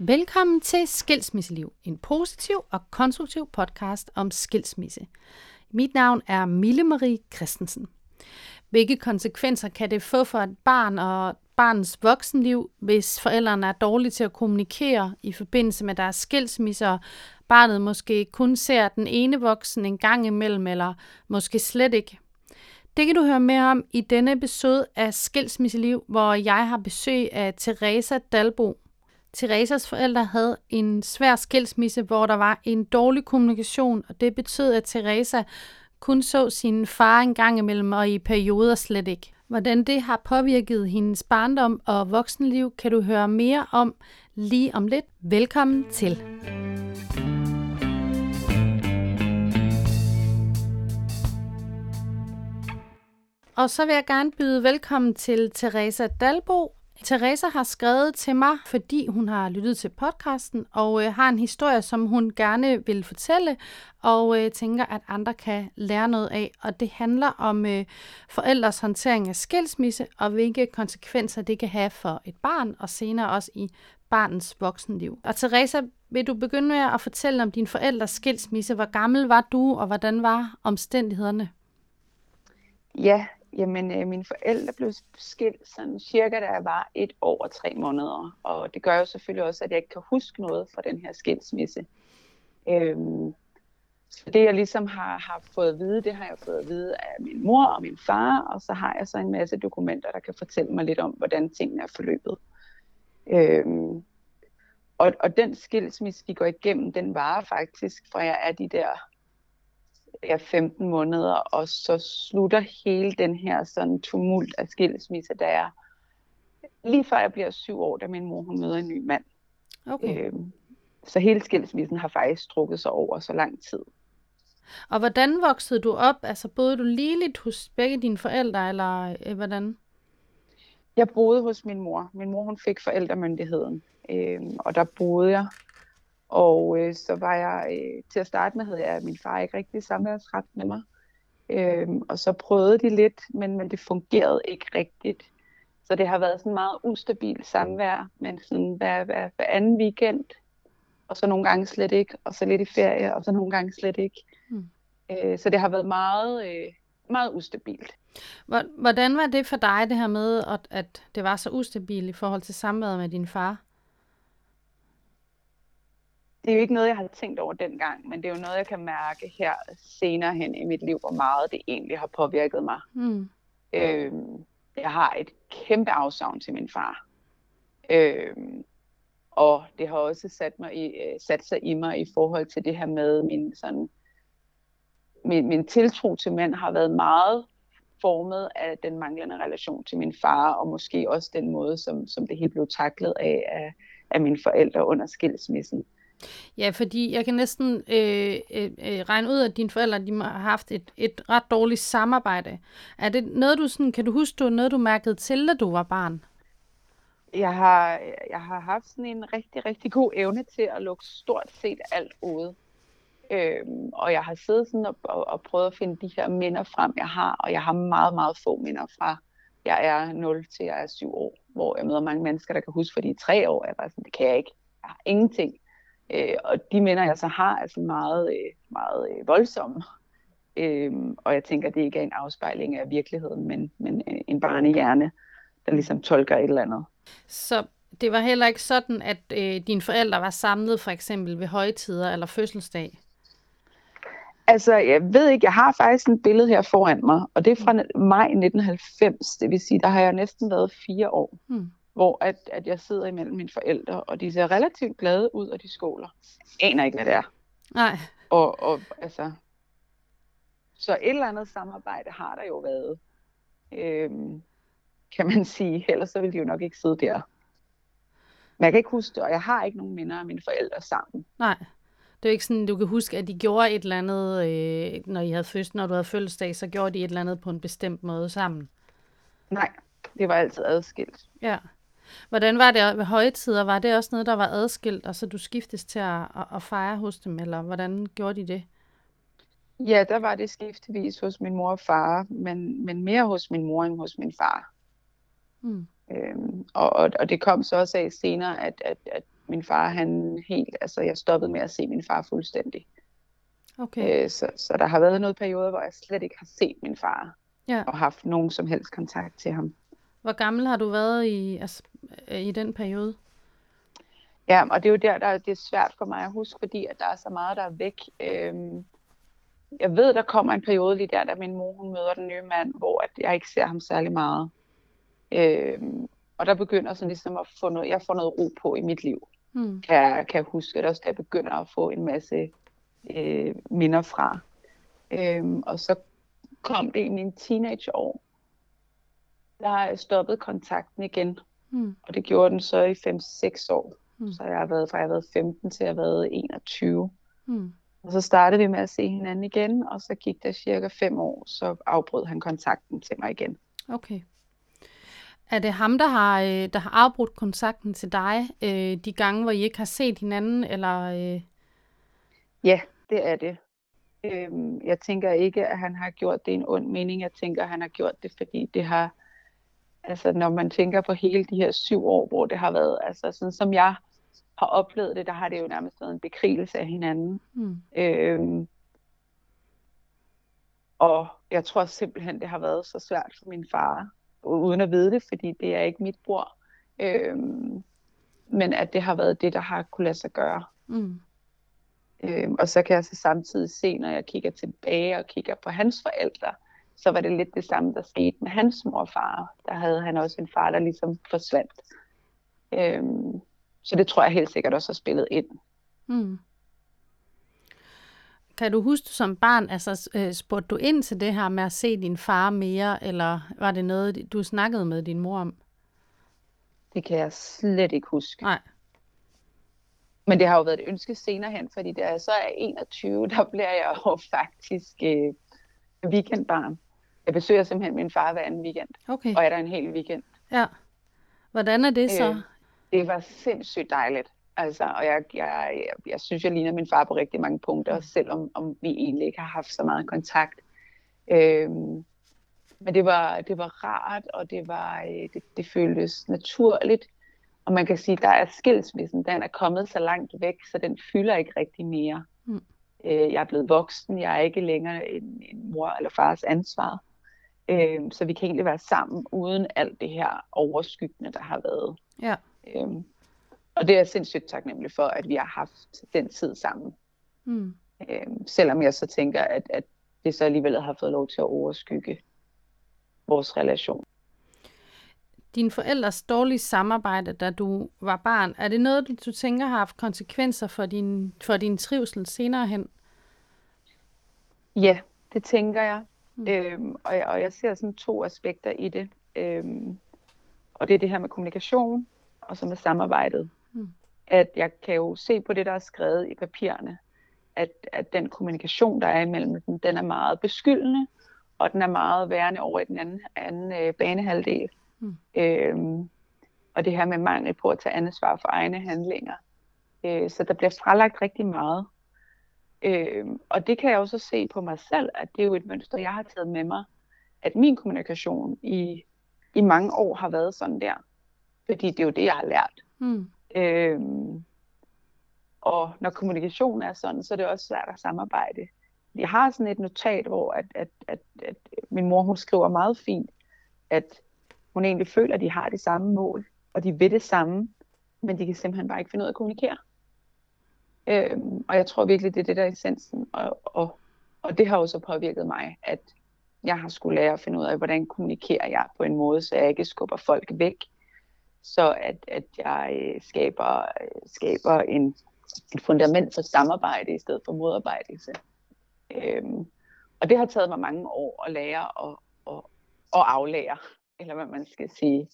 Velkommen til Skilsmisseliv, en positiv og konstruktiv podcast om skilsmisse. Mit navn er Mille Marie Christensen. Hvilke konsekvenser kan det få for et barn og barnets voksenliv, hvis forældrene er dårlige til at kommunikere i forbindelse med deres skilsmisse, og barnet måske kun ser den ene voksen en gang imellem, eller måske slet ikke? Det kan du høre mere om i denne episode af Skilsmisseliv, hvor jeg har besøg af Teresa Dalbo. Theresas forældre havde en svær skilsmisse, hvor der var en dårlig kommunikation, og det betød, at Teresa kun så sin far en gang imellem, og i perioder slet ikke. Hvordan det har påvirket hendes barndom og voksenliv, kan du høre mere om lige om lidt. Velkommen til. Og så vil jeg gerne byde velkommen til Teresa Dalbo. Teresa har skrevet til mig, fordi hun har lyttet til podcasten og har en historie, som hun gerne vil fortælle, og tænker, at andre kan lære noget af. Og det handler om forældres håndtering af skilsmisse, og hvilke konsekvenser det kan have for et barn, og senere også i barnets voksenliv. Og Teresa, vil du begynde med at fortælle om din forældres skilsmisse? Hvor gammel var du, og hvordan var omstændighederne? Ja, jamen mine forældre blev skilt sådan cirka, da jeg var 1 år og 3 måneder. Og det gør jo selvfølgelig også, at jeg ikke kan huske noget fra den her skilsmisse. Så det jeg ligesom har fået at vide, det har jeg fået at vide af min mor og min far. Og så har jeg så en masse dokumenter, der kan fortælle mig lidt om, hvordan tingene er forløbet. Og den skilsmisse, vi går igennem, den varer faktisk, fra jeg er de der 15 måneder, og så slutter hele den her sådan tumult af skilsmisse, der er lige før jeg bliver 7 år, da min mor hun møder en ny mand. Okay. Så hele skilsmissen har faktisk strukket sig over så lang tid. Og hvordan voksede du op? Altså boede du ligeligt hos begge dine forældre, eller hvordan? Jeg boede hos min mor. Min mor hun fik forældremyndigheden, og der boede jeg. Og så var jeg, til at starte med havde jeg min far ikke rigtig samværsret med mig. Og så prøvede de lidt, men det fungerede ikke rigtigt. Så det har været sådan meget ustabilt samvær, men sådan hver anden weekend, og så nogle gange slet ikke, og så lidt i ferie, og så nogle gange slet ikke. Så det har været meget ustabilt. Hvordan var det for dig, det her med, at det var så ustabilt i forhold til samværet med din far? Det er jo ikke noget, jeg havde tænkt over dengang, men det er jo noget, jeg kan mærke her senere hen i mit liv, hvor meget det egentlig har påvirket mig. Jeg har et kæmpe afsavn til min far. Og det har også sat sig i mig i forhold til det her med min tiltro til mænd har været meget formet af den manglende relation til min far, og måske også den måde, som det hele blev taklet af mine forældre under skilsmissen. Ja, fordi jeg kan næsten regne ud, at dine forældre de har haft et ret dårligt samarbejde. Er det noget, kan du huske, noget du mærkede til, da du var barn? Jeg har haft sådan en rigtig, rigtig god evne til at lukke stort set alt ude. Og jeg har siddet sådan og prøvet at finde de her minder frem, jeg har. Og jeg har meget, meget få minder fra, jeg er 0 til jeg er 7 år. Hvor jeg møder mange mennesker, der kan huske for de 3 år. Jeg var sådan, det kan jeg ikke. Jeg har ingenting. Og de minder, jeg så har, er sådan meget voldsomme. Og jeg tænker, det ikke er en afspejling af virkeligheden, men en barnehjerne, der ligesom tolker et eller andet. Så det var heller ikke sådan, at dine forældre var samlet for eksempel ved højtider eller fødselsdag? Altså, jeg ved ikke, jeg har faktisk et billede her foran mig, og det er fra maj 1990, det vil sige, der har jeg næsten været 4 år. Hvor at jeg sidder imellem mine forældre, og de ser relativt glade ud, og de skåler. Jeg aner ikke, hvad det er. Nej. Og altså, så et eller andet samarbejde har der jo været, kan man sige. Ellers så ville de jo nok ikke sidde der. Men jeg kan ikke huske det, og jeg har ikke nogen minder af mine forældre sammen. Nej. Det er jo ikke sådan, du kan huske, at de gjorde et eller andet, når du havde fødselsdag, så gjorde de et eller andet på en bestemt måde sammen. Nej, det var altid adskilt. Ja. Hvordan var det ved højtider? Var det også noget, der var adskilt, og så du skiftes til at fejre hos dem, eller hvordan gjorde de det? Ja, der var det skiftevis hos min mor og far, men mere hos min mor end hos min far. Og det kom så også af senere, at min far, jeg stoppede med at se min far fuldstændig. Okay. Så der har været noget periode, hvor jeg slet ikke har set min far, Ja. og haft nogen som helst kontakt til ham. Hvor gammel har du været i den periode? Ja, og det er jo det er svært for mig at huske, fordi at der er så meget, der er væk. Jeg ved, der kommer en periode lige der, da min mor hun møder den nye mand, hvor at jeg ikke ser ham særlig meget. Og der begynder sådan ligesom at jeg får noget ro på i mit liv. Kan jeg huske, at også der begynder at få en masse minder fra. Og så kom det i mine teenageår. Der har jeg stoppet kontakten igen. Og det gjorde den så i 5-6 år. Så jeg har været 15 til jeg har været 21. Og så startede vi med at se hinanden igen, og så gik der cirka 5 år, så afbrød han kontakten til mig igen. Okay. Er det ham, der har afbrudt kontakten til dig, de gange, hvor I ikke har set hinanden, eller? Ja, det er det. Jeg tænker ikke, at han har gjort det i en ond mening. Jeg tænker, at han har gjort det, fordi det har, altså når man tænker på hele de her 7 år, hvor det har været, altså sådan som jeg har oplevet det, der har det jo nærmest været en bekrigelse af hinanden. Og jeg tror simpelthen, det har været så svært for min far, uden at vide det, fordi det er ikke mit bror. Men at det har været det, der har kunne lade sig gøre. Og så kan jeg så samtidig se, når jeg kigger tilbage og kigger på hans forældre, så var det lidt det samme, der skete med hans mor og far. Der havde han også en far, der ligesom forsvandt. Så det tror jeg helt sikkert også har spillet ind. Kan du huske som barn, altså spurgte du ind til det her med at se din far mere, eller var det noget, du snakkede med din mor om? Det kan jeg slet ikke huske. Nej. Men det har jo været et ønske senere hen, fordi da jeg så er 21, der bliver jeg jo faktisk weekendbarn. Jeg besøger simpelthen min far hver anden weekend, Okay. og er der en hel weekend. Ja. Hvordan er det så? Det var sindssygt dejligt. Altså, og jeg synes, jeg ligner min far på rigtig mange punkter, selvom vi egentlig ikke har haft så meget kontakt. Men det var rart, og det føltes naturligt. Og man kan sige, at der er skilsmissen, den er kommet så langt væk, så den fylder ikke rigtig mere. Jeg er blevet voksen, jeg er ikke længere en mor eller fars ansvar. Så vi kan egentlig være sammen, uden alt det her overskyggende, der har været. Ja. Og det er jeg sindssygt taknemmelig for, at vi har haft den tid sammen. Selvom jeg så tænker, at det så alligevel har fået lov til at overskygge vores relation. Dine forældres dårlige samarbejde, da du var barn, er det noget, du tænker har haft konsekvenser for din trivsel senere hen? Ja, det tænker jeg. Og jeg ser sådan 2 aspekter i det. Og det er det her med kommunikation, og så med samarbejdet. At jeg kan jo se på det, der er skrevet i papirerne, at den kommunikation, der er imellem dem, den er meget beskyldende, og den er meget værende over i den anden banehalvdel. Og det her med mangel på at tage ansvar for egne handlinger. Så der bliver fralagt rigtig meget. Og det kan jeg også se på mig selv, at det er jo et mønster, jeg har taget med mig, at min kommunikation i mange år har været sådan der. Fordi det er jo det, jeg har lært. Og når kommunikation er sådan, så er det også svært at samarbejde. Jeg har sådan et notat, hvor at min mor, hun skriver meget fint, at hun egentlig føler, at de har det samme mål, og de vil det samme, men de kan simpelthen bare ikke finde ud af at kommunikere. Og jeg tror virkelig, det er det, der er essensen. Og det har også påvirket mig, at jeg har skulle lære at finde ud af, hvordan kommunikerer jeg på en måde, så jeg ikke skubber folk væk, så at jeg skaber et fundament for samarbejde i stedet for modarbejdelse. Og det har taget mig mange år at lære og aflære, eller hvad man skal sige.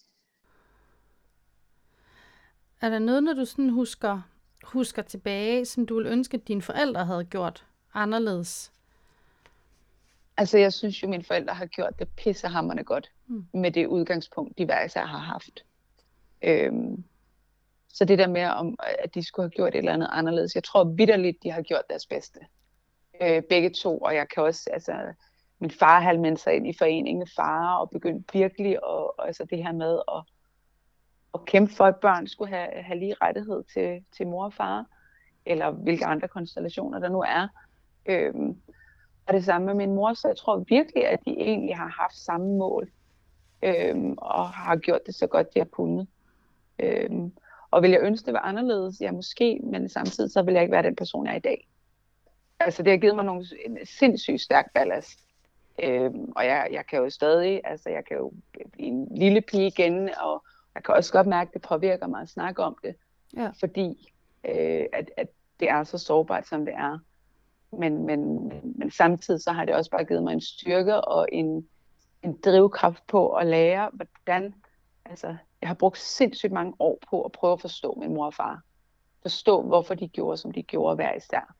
Er der noget, når du sådan husker tilbage, som du ville ønske, at dine forældre havde gjort anderledes? Altså, jeg synes jo, mine forældre har gjort det pissehamrende godt med det udgangspunkt, de hver især har haft. Så det der med, at de skulle have gjort et eller andet anderledes, jeg tror vitterligt, de har gjort deres bedste. Begge to, og jeg kan også, altså, min far havde meldt sig ind i foreningen Far, og begyndte virkelig, altså det her med at kæmpe for, at børn skulle have lige rettighed til mor og far, eller hvilke andre konstellationer der nu er. Og det samme med min mor, så jeg tror virkelig, at de egentlig har haft samme mål, og har gjort det så godt, de har kunnet. Og vil jeg ønske, det var anderledes? Ja, måske, men samtidig så vil jeg ikke være den person, jeg er i dag. Altså, det har givet mig en sindssygt stærk ballast. Og jeg kan jo stadig, altså jeg kan jo blive en lille pige igen, og jeg kan også godt mærke, at det påvirker mig at snakke om det. Ja. Fordi at det er så sårbart, som det er. Men samtidig så har det også bare givet mig en styrke og en drivkraft på at lære, hvordan, altså jeg har brugt sindssygt mange år på at prøve at forstå min mor og far. Forstå, hvorfor de gjorde, som de gjorde hver især.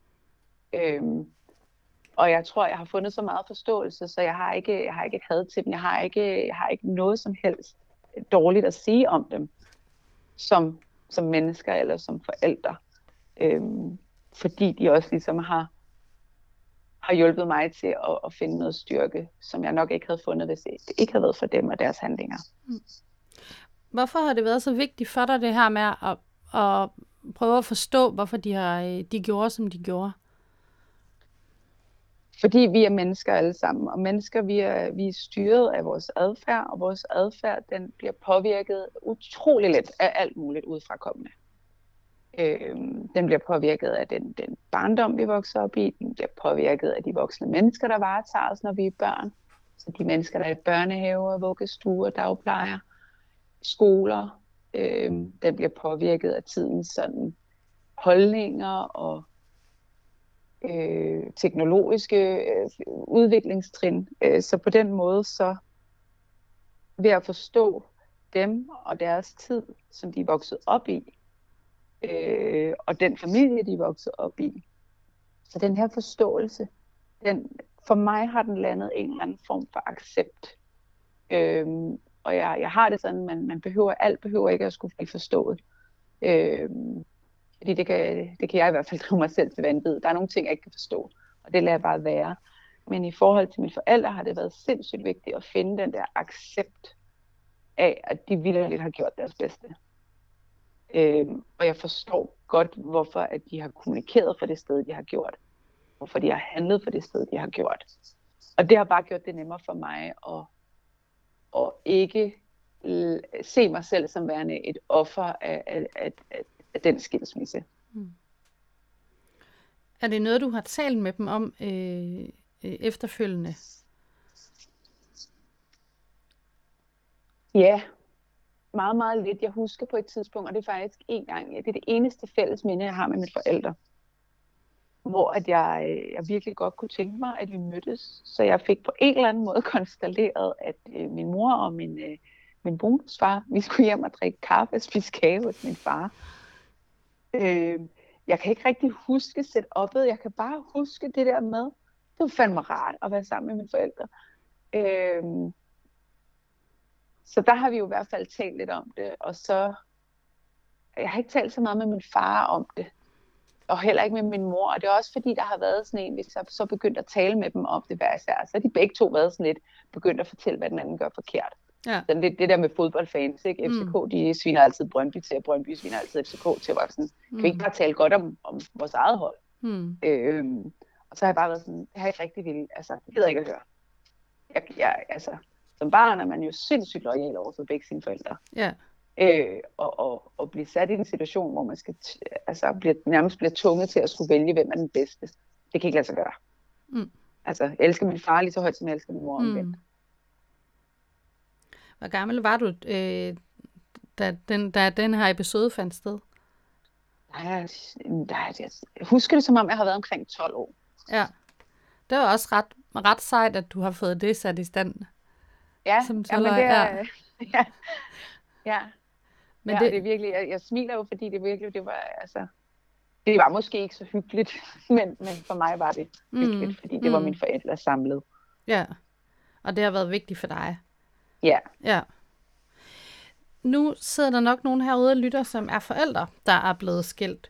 Og jeg tror, jeg har fundet så meget forståelse, så jeg har ikke et had til dem. Jeg har ikke noget som helst dårligt at sige om dem, som mennesker eller som forældre. Fordi de også ligesom har hjulpet mig til at finde noget styrke, som jeg nok ikke havde fundet, hvis det ikke havde været for dem og deres handlinger. Hvorfor har det været så vigtigt for dig, det her med at prøve at forstå, hvorfor de gjorde, som de gjorde? Fordi vi er mennesker alle sammen, og mennesker, vi er styret af vores adfærd, og vores adfærd, den bliver påvirket utrolig let af alt muligt udefrakommende. Den bliver påvirket af den barndom, vi vokser op i. Den bliver påvirket af de voksne mennesker, der varetager os, når vi er børn. Så de mennesker, der er i børnehaver, vuggestuer, dagplejer, skoler. Den bliver påvirket af tidens sådan holdninger og teknologiske udviklingstrin. Så på den måde, så ved at forstå dem og deres tid, som de er vokset op i, og den familie, de er vokset op i. Så den her forståelse, for mig har den landet en eller anden form for accept. Og jeg har det sådan, alt behøver ikke at skulle blive forstået. Fordi det kan jeg i hvert fald drive mig selv til vanvid. Der er nogle ting, jeg ikke kan forstå, og det lader jeg bare være. Men i forhold til mine forældre har det været sindssygt vigtigt at finde den der accept af, at de vitterligt har gjort deres bedste. Og jeg forstår godt, hvorfor at de har kommunikeret for det sted, de har gjort. Hvorfor de har handlet for det sted, de har gjort. Og det har bare gjort det nemmere for mig at ikke se mig selv som værende et offer af den skilsmisse. Er det noget, du har talt med dem om efterfølgende? Ja, meget, meget lidt. Jeg husker på et tidspunkt, og det er faktisk en gang, det er det eneste fælles minde, jeg har med mine forældre, hvor at jeg virkelig godt kunne tænke mig, at vi mødtes. Så jeg fik på en eller anden måde konstateret, at min mor og min bonusfar, vi skulle hjem og drikke kaffe og spise kage hos min far. Jeg kan ikke rigtig huske setup'et, jeg kan bare huske det der med, det var fandme rart at være sammen med mine forældre. Så der har vi jo i hvert fald talt lidt om det, og så, jeg har ikke talt så meget med min far om det, og heller ikke med min mor, og det er også fordi, der har været sådan en, hvis jeg så begyndte at tale med dem om det hver især, så har de begge to været sådan lidt begyndt at fortælle, hvad den anden gør forkert. Ja. Sådan det der med fodboldfans, ikke? FCK, de sviner altid Brøndby til, og Brøndby sviner altid FCK til, var sådan, kan vi ikke bare tale godt om vores eget hold? Og så har jeg bare været sådan, det har jeg ikke rigtig vildt, altså, det gider jeg ikke at høre. Altså, som barn er man jo sindssygt loyal over for begge sine forældre. Ja. Og blive sat i en situation, hvor man skal, nærmest bliver tvunget til at skulle vælge, hvem er den bedste. Det kan ikke lade sig gøre. Altså, jeg elsker min far lige så højt, som jeg elsker min mor omvendt. Hvor gammel var du, da den her episode fandt sted? Jeg husker det, som om jeg har været omkring 12 år. Ja. Det var også ret sejt, at du har fået det sat i stand. Ja, som men det er... Ja. Men det er virkelig... Jeg smiler jo, fordi det virkelig... Det var måske ikke så hyggeligt, men for mig var det hyggeligt, fordi det var mine forældre samlet. Ja, og det har været vigtigt for dig. Ja. Nu sidder der nok nogen herude og lytter, som er forældre, der er blevet skilt.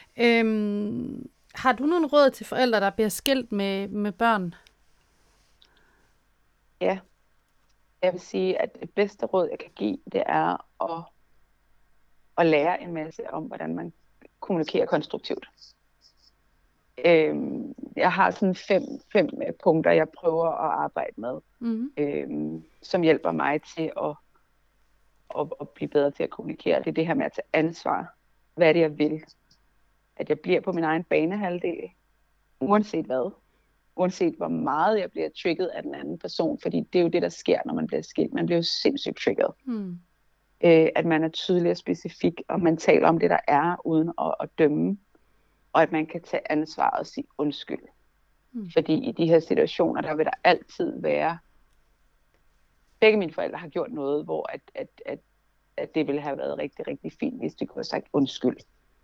Har du nogle råd til forældre, der bliver skilt med børn? Ja. Jeg vil sige, at det bedste råd, jeg kan give, det er at at lære en masse om, hvordan man kommunikerer konstruktivt. Jeg har sådan fem punkter, jeg prøver at arbejde med, som hjælper mig til at blive bedre til at kommunikere. Det er det her med at tage ansvar. Hvad er det, jeg vil? At jeg bliver på min egen banehalvdel, uanset hvad. Uanset hvor meget jeg bliver trigget af den anden person, fordi det er jo det, der sker, når man bliver skilt. Man bliver jo sindssygt trigget. At man er tydelig og specifik, og man taler om det, der er, uden at dømme. Og at man kan tage ansvar og sige undskyld. Fordi i de her situationer, der vil der altid være, begge mine forældre har gjort noget, hvor at det ville have været rigtig, rigtig fint, hvis de kunne have sagt undskyld.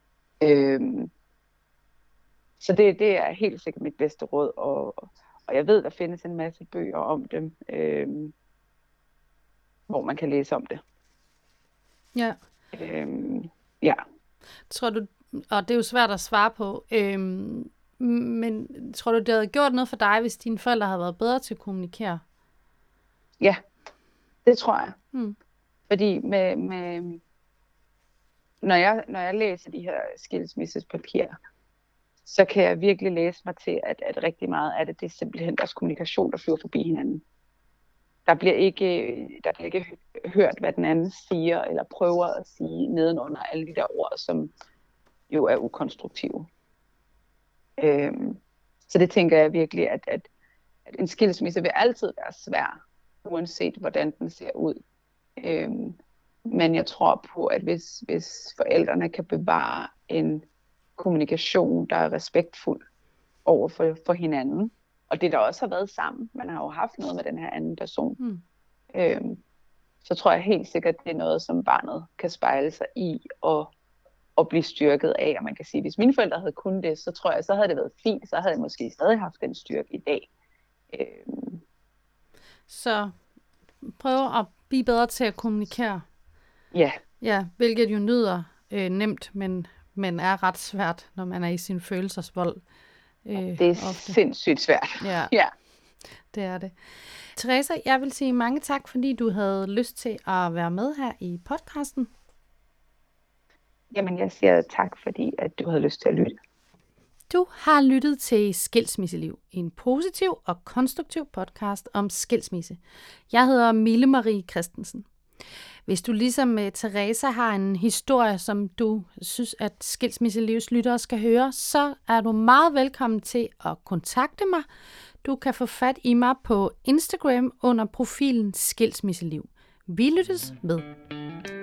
Så det er helt sikkert mit bedste råd, og jeg ved, der findes en masse bøger om dem, hvor man kan læse om det. Ja. Ja. Tror du, og det er jo svært at svare på, men tror du, det havde gjort noget for dig, hvis dine forældre havde været bedre til at kommunikere? Ja, det tror jeg. Fordi når jeg læser de her skilsmissepapirer, så kan jeg virkelig læse mig til, at rigtig meget af det er simpelthen deres kommunikation, der flyver forbi hinanden. Der bliver ikke hørt, hvad den anden siger, eller prøver at sige nedenunder alle de der ord, som jo er ukonstruktive. Så det tænker jeg virkelig, at en skilsmisse vil altid være svær, uanset hvordan den ser ud. Men jeg tror på, at hvis forældrene kan bevare en kommunikation, der er respektfuld over for hinanden, og det der også har været sammen, man har jo haft noget med den her anden person, så tror jeg helt sikkert, at det er noget, som barnet kan spejle sig i og blive styrket af. Og man kan sige, at hvis mine forældre havde kunnet det, så tror jeg, så havde det været fint, så havde jeg måske stadig haft den styrke i dag. Så prøv at blive bedre til at kommunikere. Ja. Ja, hvilket jo lyder nemt, men er ret svært, når man er i sin følelsesvold. Det er ofte sindssygt svært. Ja, det er det. Teresa, jeg vil sige mange tak, fordi du havde lyst til at være med her i podcasten. Jamen, jeg siger tak, fordi at du havde lyst til at lytte. Du har lyttet til Skilsmisseliv, en positiv og konstruktiv podcast om skilsmisse. Jeg hedder Mille Marie Christensen. Hvis du ligesom Teresa har en historie, som du synes, at Skilsmisselivs lyttere skal høre, så er du meget velkommen til at kontakte mig. Du kan få fat i mig på Instagram under profilen Skilsmisseliv. Vi lyttes ved.